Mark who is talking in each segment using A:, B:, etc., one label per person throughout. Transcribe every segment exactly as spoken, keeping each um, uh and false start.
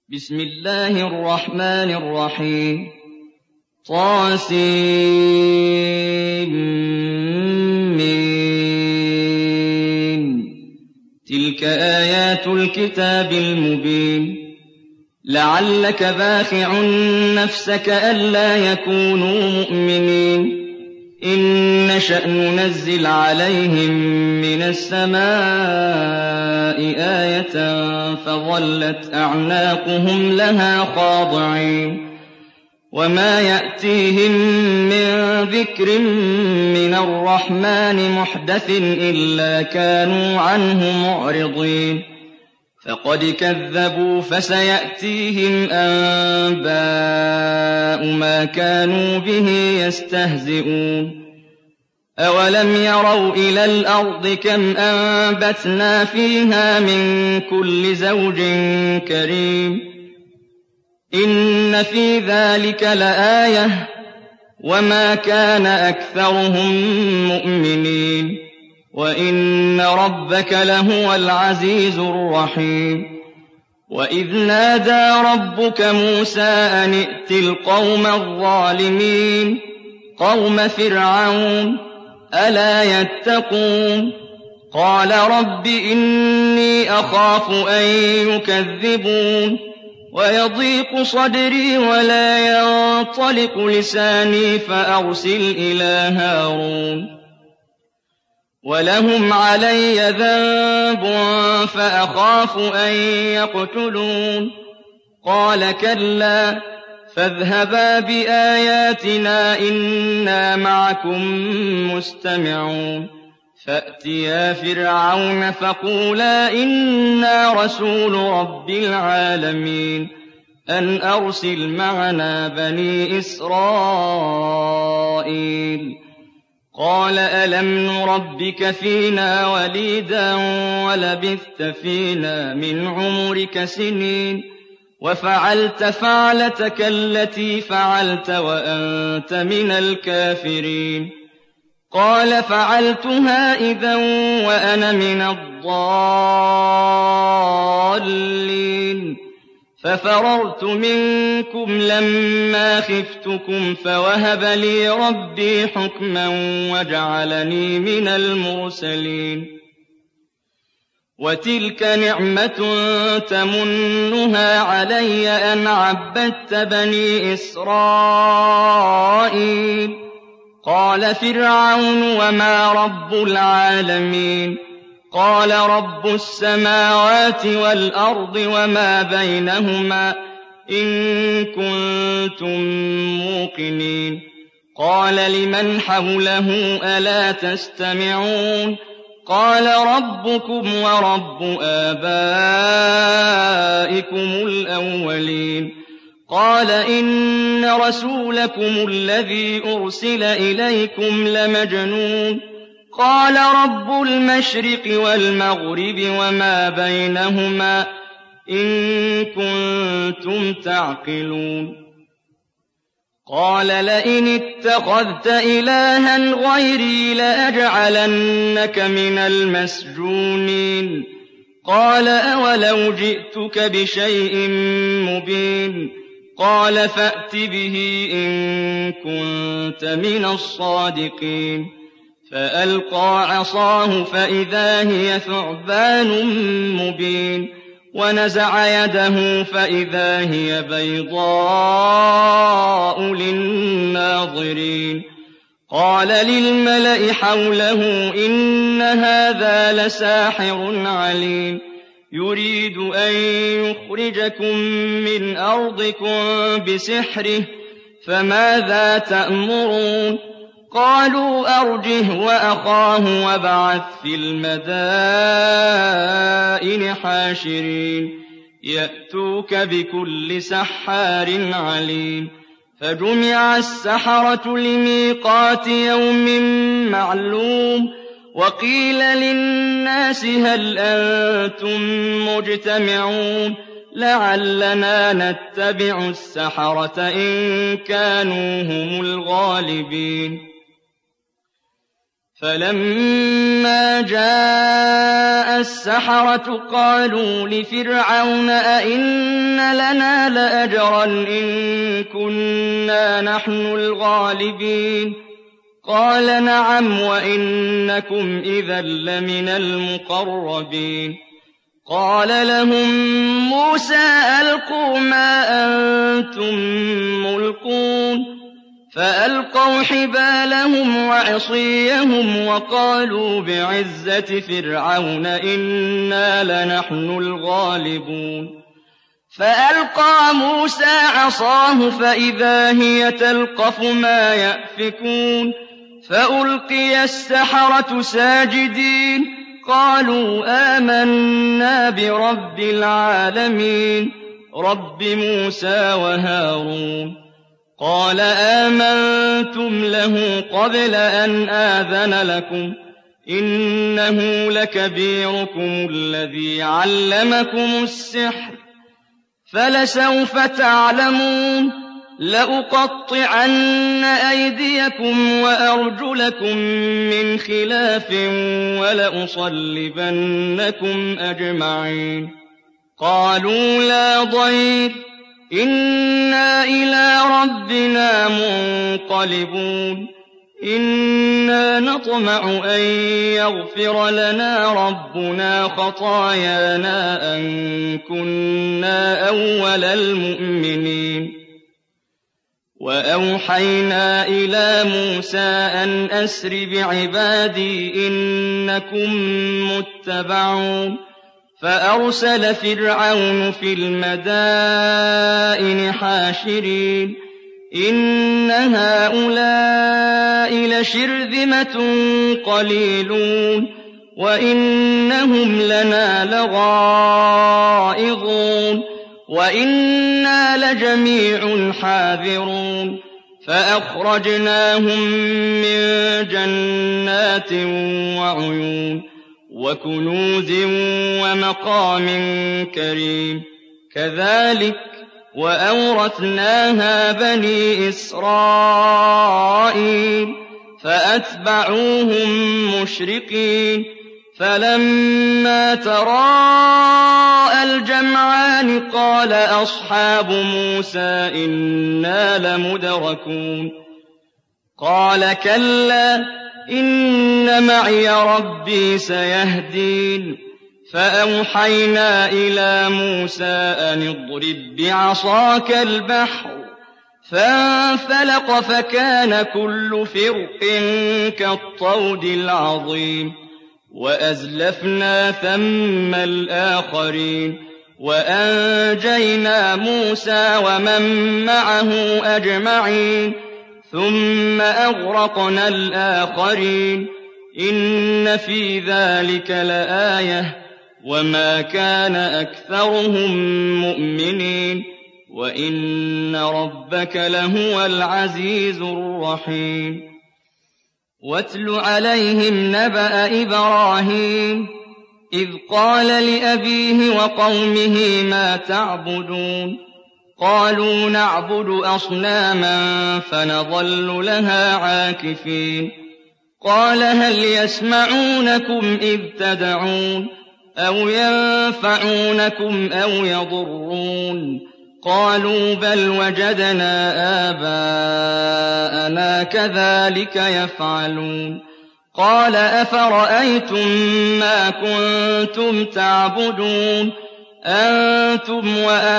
A: بسم الله الرحمن الرحيم طاسم تلك آيات الكتاب المبين لعلك باخع نفسك ألا يكونوا مؤمنين إن نشأ ننزل عليهم من السماء آية فظلت أعناقهم لها خاضعين وما يأتيهم من ذكر من الرحمن محدث إلا كانوا عنه معرضين فقد كذبوا فسيأتيهم أنباء ما كانوا به يستهزئون أولم يروا إلى الأرض كم أنبتنا فيها من كل زوج كريم إن في ذلك لآية وما كان أكثرهم مؤمنين وإن ربك لهو العزيز الرحيم وإذ نادى ربك موسى أن ائت القوم الظالمين قوم فرعون ألا يتقون قال رب إني أخاف أن يكذبون ويضيق صدري ولا ينطلق لساني فأرسل إلى هارون ولهم علي ذنب فأخاف أن يقتلون قال كلا فاذهبا بآياتنا إنا معكم مستمعون فأتيا فرعون فقولا إنا رسول رب العالمين أن أرسل معنا بني إسرائيل قال ألم نربك فينا وليدا ولبثت فينا من عمرك سنين وفعلت فعلتك التي فعلت وأنت من الكافرين قال فعلتها إذا وأنا من الضالين ففررت منكم لما خفتكم فوهب لي ربي حكما وجعلني من المرسلين وتلك نعمة تمنها علي أن عبدت بني إسرائيل قال فرعون وما رب العالمين قال رب السماوات والأرض وما بينهما إن كنتم موقنين قال لمن حوله ألا تستمعون قال ربكم ورب آبائكم الأولين قال إن رسولكم الذي أرسل إليكم لمجنون قال رب المشرق والمغرب وما بينهما إن كنتم تعقلون قال لئن اتخذت إلها غيري لأجعلنك من المسجونين قال أولو جئتك بشيء مبين قال فأت به إن كنت من الصادقين فألقى عصاه فإذا هي ثعبان مبين ونزع يده فإذا هي بيضاء للناظرين قال للملأ حوله إن هذا لساحر عليم يريد أن يخرجكم من أرضكم بسحره فماذا تأمرون قالوا أرجه وأخاه وابعث في المدائن حاشرين يأتوك بكل سحار عليم فجمع السحرة لميقات يوم معلوم وقيل للناس هل أنتم مجتمعون لعلنا نتبع السحرة إن كانوا هم الغالبين فلما جاء السحرة قالوا لفرعون أئن لَنَا لَأَجْرًا إِن كُنَّا نَحْنُ الْغَالِبِينَ قَالَ نَعَمْ وَإِنَّكُمْ إِذًا لَّمِنَ الْمُقَرَّبِينَ قَالَ لَهُم مُّوسَىٰ أَلْقُوا مَا أَنتُم مُّلْقُونَ فَأَلْقَوْا حِبَالَهُمْ وَعِصِيَّهُمْ وَقَالُوا بِعِزَّةِ فِرْعَوْنَ إِنَّا لَنَحْنُ الْغَالِبُونَ فَأَلْقَىٰ مُوسَىٰ عَصَاهُ فَإِذَا هِيَ تَلْقَفُ مَا يَأْفِكُونَ فَأُلْقِيَ السَّحَرَةُ سَاجِدِينَ قَالُوا آمَنَّا بِرَبِّ الْعَالَمِينَ رَبِّ مُوسَىٰ وَهَارُونَ قَالَ آمَنتُمْ لَهُ قَبْلَ أَنْ آذَنَ لَكُمْ إِنَّهُ لَكَبِيرُكُمُ الَّذِي عَلَّمَكُمُ السِّحْرَ فَلَسَوْفَ تَعْلَمُونَ لَأُقَطِّعَنَّ أَيْدِيَكُمْ وَأَرْجُلَكُم مِّنْ خِلَافٍ وَلَأُصَلِّبَنَّكُمْ أَجْمَعِينَ قَالُوا لَا ضَيْرَ إِنَّا إِلَىٰ رَبِّنَا مُنقَلِبُونَ إِنَّا نَطْمَعُ أَن يَغْفِرَ لَنَا رَبُّنَا خَطَايَانَا أَن كُنَّا أَوَّلَ الْمُؤْمِنِينَ وَأَوْحَيْنَا إِلَىٰ مُوسَىٰ أَنْ أَسْرِ بِعِبَادِي إِنَّكُم مُّتَّبَعُونَ فَأَرْسَلَ فِرْعَوْنُ فِي الْمَدَائِنِ حَاشِرِينَ إِنَّ هَٰؤُلَاءِ لَشِرْذِمَةٌ قَلِيلُونَ وَإِنَّهُمْ لَنَا لَغَائِظُونَ وَإِنَّا لَجَمِيعٌ حَاذِرُونَ فَأَخْرَجْنَاهُم مِّن جَنَّاتٍ وَعُيُونٍ وَكُنُوزٍ وَمَقَامٍ كَرِيمٍ كَذَٰلِكَ وَأَوْرَثْنَاهَا بَنِي إِسْرَائِيلَ فَأَتْبَعُوهُم مُّشْرِقِينَ فَلَمَّا تَرَاءَى الْجَمْعَانِ قَالَ أَصْحَابُ مُوسَىٰ إِنَّا لَمُدْرَكُونَ قَالَ كَلَّا إِنَّ مَعِيَ رَبِّي سَيَهْدِينِ فَأَوْحَيْنَا إِلَىٰ مُوسَىٰ أَنِ اضْرِب بِّعَصَاكَ الْبَحْرَ فَانفَلَقَ فَكَانَ كُلُّ فِرْقٍ كَالطَّوْدِ الْعَظِيمِ وَأَزْلَفْنَا ثَمَّ الْآخَرِينَ وَأَنجَيْنَا مُوسَىٰ وَمَن مَّعَهُ أَجْمَعِينَ ثُمَّ أَغْرَقْنَا الْآخَرِينَ إِنَّ فِي ذَٰلِكَ لَآيَةً وَمَا كَانَ أَكْثَرُهُم مُّؤْمِنِينَ وَإِنَّ رَبَّكَ لَهُوَ الْعَزِيزُ الرَّحِيمُ وَاتْلُ عَلَيْهِمْ نَبَأَ إِبْرَاهِيمَ إِذْ قَالَ لِأَبِيهِ وَقَوْمِهِ مَا تَعْبُدُونَ قَالُوا نَعْبُدُ أَصْنَامًا فَنَظَلُّ لَهَا عَاكِفِينَ قَالَ هَلْ يَسْمَعُونَكُمْ إِذْ تَدْعُونَ أَوْ يَنفَعُونَكُمْ أَوْ يَضُرُّونَ قَالُوا بَلْ وَجَدْنَا آبَاءَنَا كَذَٰلِكَ يَفْعَلُونَ قَالَ أَفَرَأَيْتُم مَّا كُنتُمْ تَعْبُدُونَ أَنتُمْ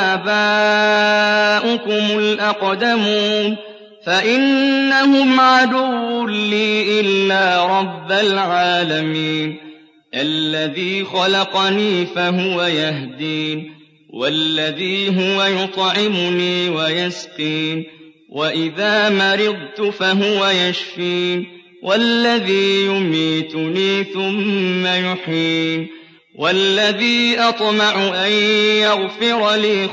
A: وَآبَاؤُكُمُ الْأَقْدَمُونَ فَإِنَّهُمْ عَدُوٌّ لِّي إِلَّا رَبَّ الْعَالَمِينَ الَّذِي خَلَقَنِي فَهُوَ يَهْدِينِ وَالَّذِي هُوَ يُطْعِمُنِي وَيَسْقِينِ وَإِذَا مَرِضْتُ فَهُوَ يَشْفِينِ وَالَّذِي يُمِيتُنِي ثُمَّ يُحْيِينِ وَالَّذِي أَطْمَعُ أَن يَغْفِرَ لِي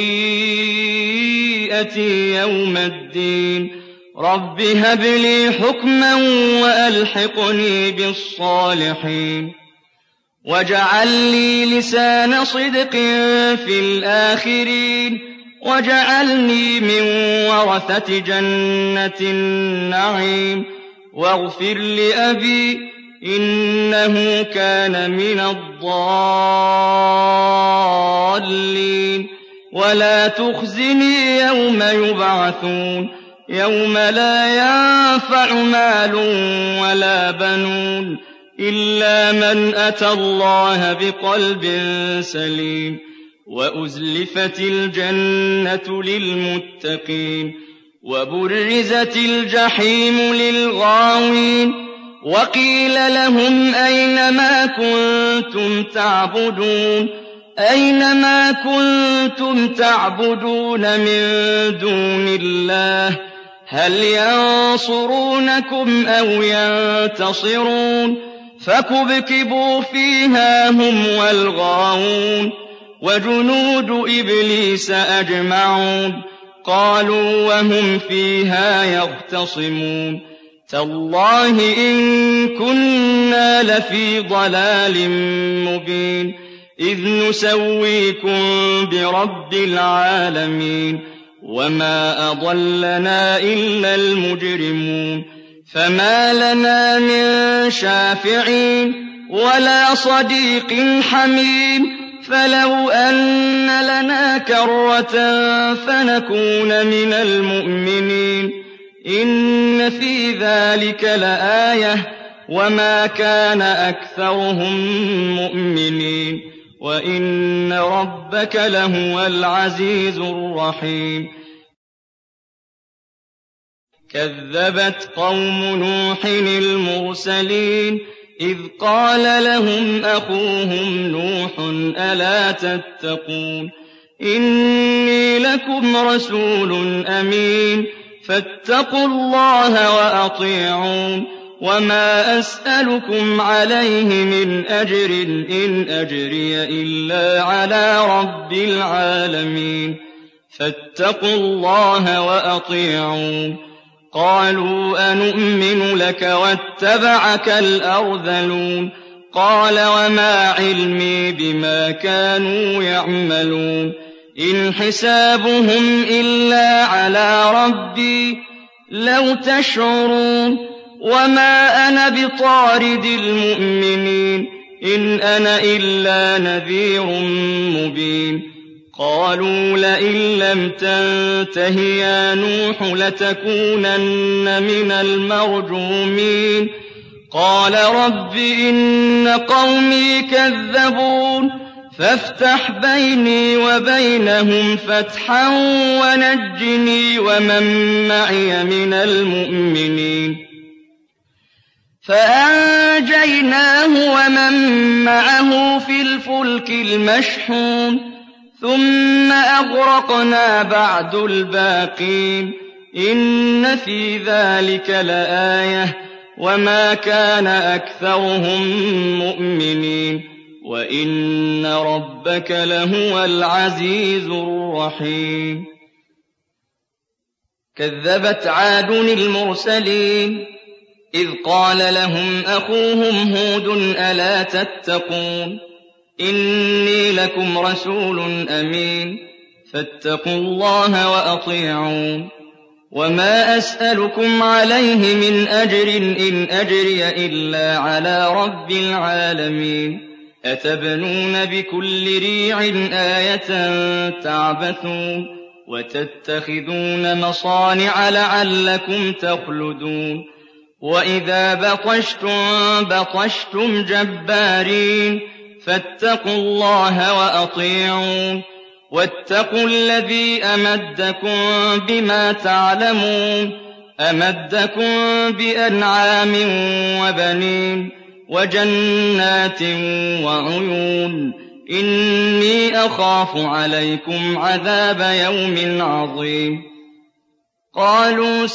A: خَطِيئَتِي يَوْمَ الدِّينِ رَبِّ هَبْ لِي حُكْمًا وَأَلْحِقْنِي بِالصَّالِحِينَ وَاجْعَل لِّي لِسَانَ صِدْقٍ فِي الْآخِرِينَ وَاجْعَلْنِي مِن وَرَثَةِ جَنَّةِ النَّعِيمِ وَاغْفِرْ لِأَبِي إِنَّهُ كَانَ مِنَ الضَّالِّينَ ولا تخزني يوم يبعثون يوم لا ينفع مال ولا بنون إلا من أتى الله بقلب سليم وأزلفت الجنة للمتقين وبرزت الجحيم للغاوين وقيل لهم أين ما كنتم تعبدون أين ما كنتم تعبدون من دون الله هل ينصرونكم أو ينتصرون فكبكبوا فيها هم والغاوون وجنود إبليس أجمعون قالوا وهم فيها يختصمون تالله إن كنا لفي ضلال مبين إذ نسويكم برب العالمين وما أضلنا إلا المجرمون فما لنا من شافعين ولا صديق حميم فلو أن لنا كرة فنكون من المؤمنين إن في ذلك لآية وما كان أكثرهم مؤمنين وإن ربك لهو العزيز الرحيم كذبت قوم نوح المرسلين إذ قال لهم أخوهم نوح ألا تتقون إني لكم رسول أمين فاتقوا الله وأطيعون وما أسألكم عليه من أجر إن أجري إلا على رب العالمين فاتقوا الله وأطيعون قالوا أنؤمن لك واتبعك الأرذلون قال وما علمي بما كانوا يعملون إن حسابهم إلا على ربي لو تشعرون وما أنا بطارد المؤمنين إن أنا إلا نذير مبين قالوا لئن لم تنته يا نوح لتكونن من المرجومين قال رب إن قومي كذبون فافتح بيني وبينهم فتحا ونجني ومن معي من المؤمنين فأنجيناه ومن معه في الفلك المشحون ثم أغرقنا بعد الباقين إن في ذلك لآية وما كان أكثرهم مؤمنين وإن ربك لهو العزيز الرحيم كذبت عاد المرسلين إذ قال لهم أخوهم هود ألا تتقون إني لكم رسول أمين فاتقوا الله وأطيعون وما أسألكم عليه من أجر إن أجري إلا على رب العالمين أتبنون بكل ريع آية تعبثون وتتخذون مصانع لعلكم تخلدون وإذا بطشتم بطشتم جبارين فاتقوا الله وأطيعون واتقوا الذي أمدكم بما تعلمون أمدكم بأنعام وبنين وجنات وعيون إني أخاف عليكم عذاب يوم عظيم قالوا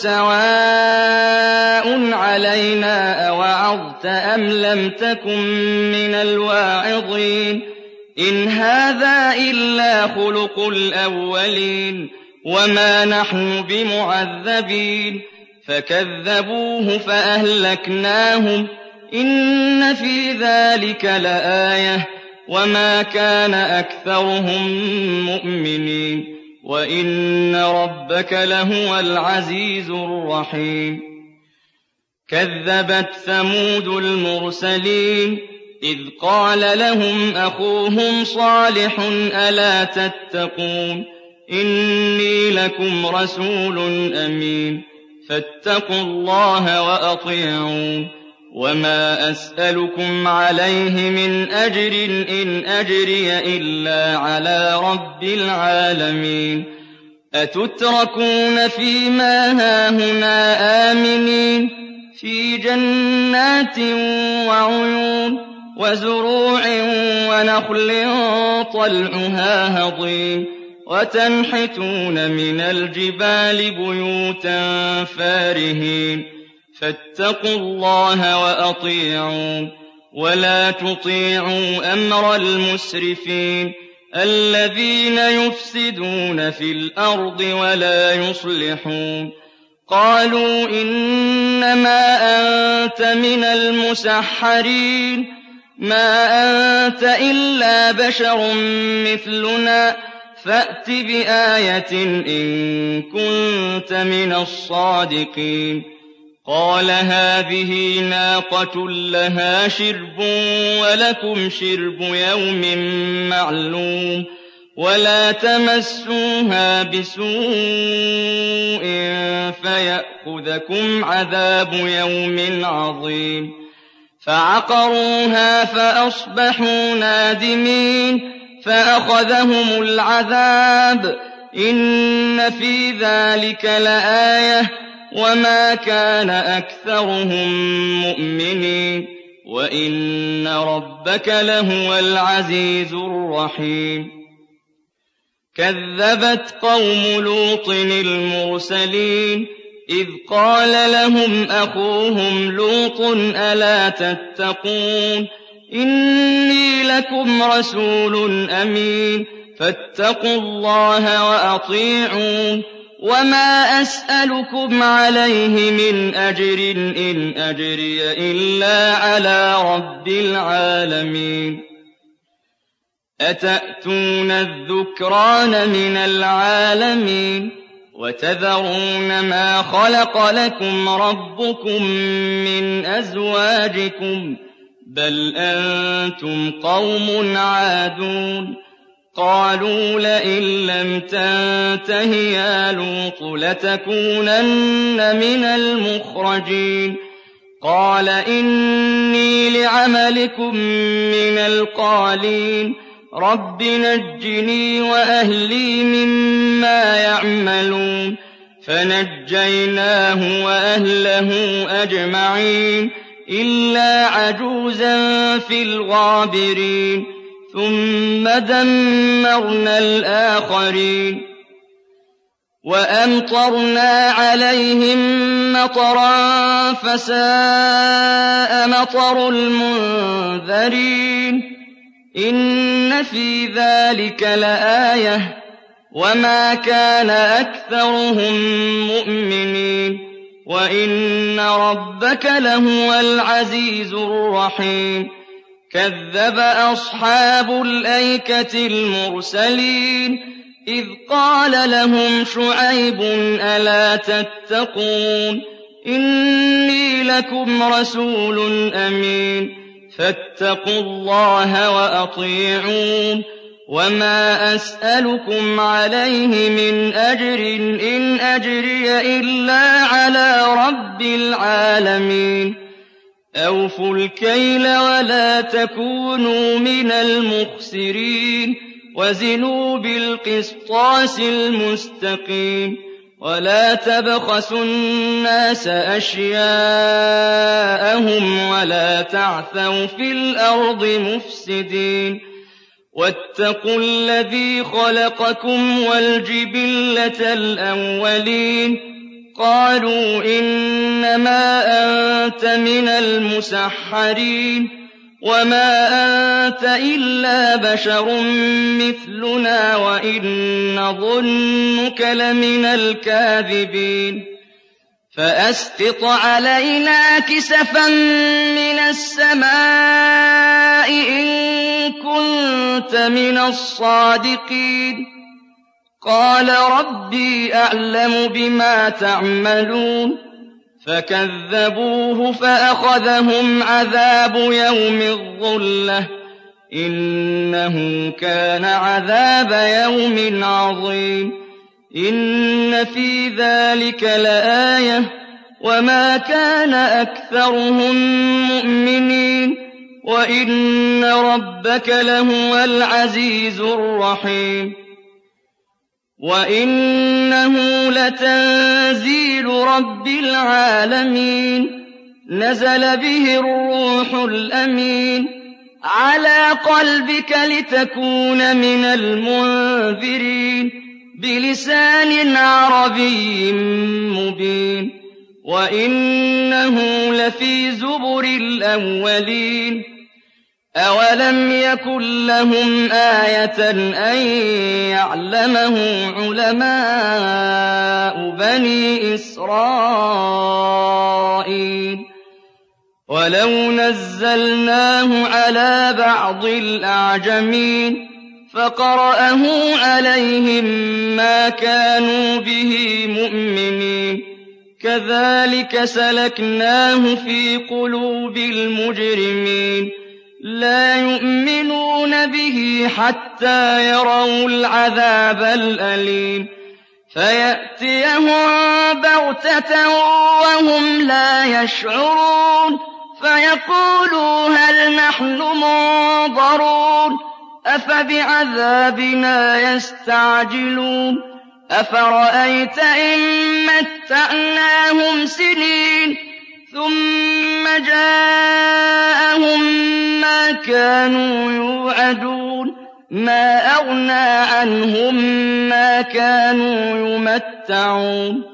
A: سواء علينا أوعظت أم لم تكن من الواعظين إن هذا إلا خلق الأولين وما نحن بمعذبين فكذبوه فأهلكناهم إن في ذلك لآية وما كان أكثرهم مؤمنين وإن ربك لهو العزيز الرحيم كذبت ثمود المرسلين إذ قال لهم أخوهم صالح ألا تتقون إني لكم رسول أمين فاتقوا الله وأطيعون وما أسألكم عليه من أجر إن أجري إلا على رب العالمين أتتركون فيما هاهنا آمنين في جنات وعيون وزروع ونخل طلعها هضيم وتنحتون من الجبال بيوتا فارهين فاتقوا الله وأطيعون ولا تطيعوا أمر المسرفين الذين يفسدون في الأرض ولا يصلحون قالوا إنما أنت من المسحرين ما أنت إلا بشر مثلنا فأت بآية إن كنت من الصادقين قال هذه ناقة لها شرب ولكم شرب يوم معلوم ولا تمسوها بسوء فيأخذكم عذاب يوم عظيم فعقروها فأصبحوا نادمين فأخذهم العذاب إن في ذلك لآية وما كان أكثرهم مؤمنين وإن ربك لهو العزيز الرحيم كذبت قوم لوط المرسلين إذ قال لهم أخوهم لوط ألا تتقون إني لكم رسول أمين فاتقوا الله وأطيعون وما أسألكم عليه من أجر إن أجري إلا على رب العالمين أتأتون الذكران من العالمين وتذرون ما خلق لكم ربكم من أزواجكم بل أنتم قوم عادون قالوا لئن لم تنته يا لوط لتكونن من المخرجين قال إني لعملكم من القالين رب نجني وأهلي مما يعملون فنجيناه وأهله أجمعين إلا عجوزا في الغابرين ثم دمرنا الآخرين وأمطرنا عليهم مطرا فساء مطر المنذرين إن في ذلك لآية وما كان أكثرهم مؤمنين وإن ربك لهو العزيز الرحيم كذب أصحاب الأيكة المرسلين إذ قال لهم شعيب ألا تتقون إني لكم رسول أمين فاتقوا الله وأطيعون وما أسألكم عليه من أجر إن أجري إلا على رب العالمين أوفوا الكيل ولا تكونوا من المخسرين وزنوا بالقسطاس المستقيم ولا تبخسوا الناس أشياءهم ولا تعثوا في الأرض مفسدين واتقوا الذي خلقكم والجبلة الأولين قالوا إنما أنت من المسحرين وما أنت إلا بشر مثلنا وإن نظنك لمن الكاذبين فأسقط علينا كسفا من السماء إن كنت من الصادقين قال ربي أعلم بما تعملون فكذبوه فأخذهم عذاب يوم الظلة إنه كان عذاب يوم عظيم إن في ذلك لآية وما كان أكثرهم مؤمنين وإن ربك لهو العزيز الرحيم وإنه لتنزيل رب العالمين نزل به الروح الأمين على قلبك لتكون من المنذرين بلسان عربي مبين وإنه لفي زبر الأولين أولم يكن لهم آية أن يعلمه علماء بني إسرائيل ولو نزلناه على بعض الأعجمين فقرأه عليهم ما كانوا به مؤمنين كذلك سلكناه في قلوب المجرمين لا يؤمنون به حتى يروا العذاب الأليم فيأتيهم بغتة وهم لا يشعرون فيقولوا هل نحن منظرون أفبعذابنا يستعجلون أفرأيت إن متعناهم سنين ثم جاءهم ما كانوا يوعدون ما أغنى عنهم ما كانوا يمتعون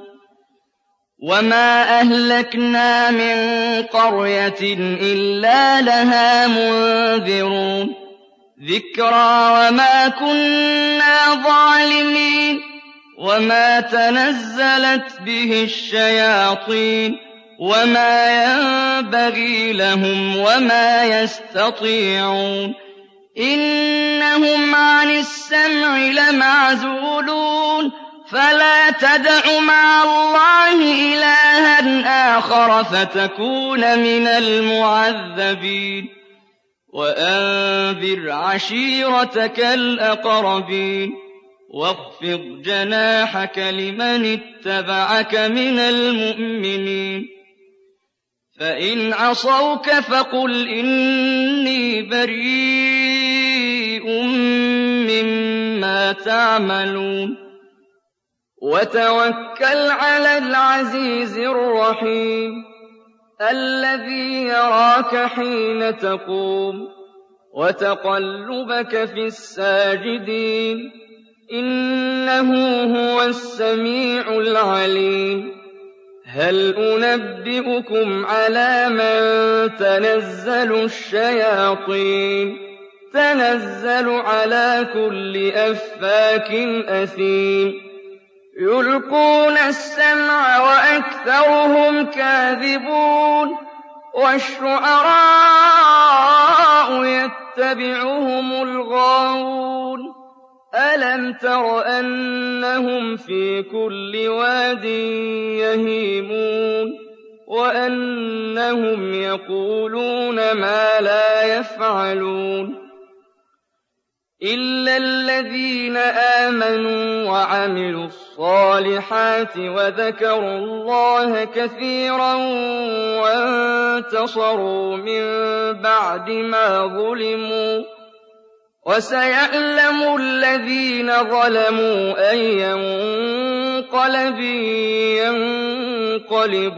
A: وما أهلكنا من قرية إلا لها منذرون ذكرى وما كنا ظالمين وما تنزلت به الشياطين وما ينبغي لهم وما يستطيعون إنهم عن السمع لمعزولون فلا تدع مع الله إلها آخر فتكون من المعذبين وأنذر عشيرتك الأقربين واخفض جناحك لمن اتبعك من المؤمنين فإن عصوك فقل إني بريء مما تعملون وتوكل على العزيز الرحيم الذي يراك حين تقوم وتقلبك في الساجدين إنه هو السميع العليم هل أنبئكم على من تنزل الشياطين تنزل على كل أفاك أثيم يلقون السمع وأكثرهم كاذبون والشعراء يتبعهم الغاوون ألم تر أنهم في كل واد يهيمون وأنهم يقولون ما لا يفعلون إلا الذين آمنوا وعملوا الصالحات وذكروا الله كثيرا وانتصروا من بعد ما ظلموا وسيعلم الذين ظلموا أي منقلب ينقلب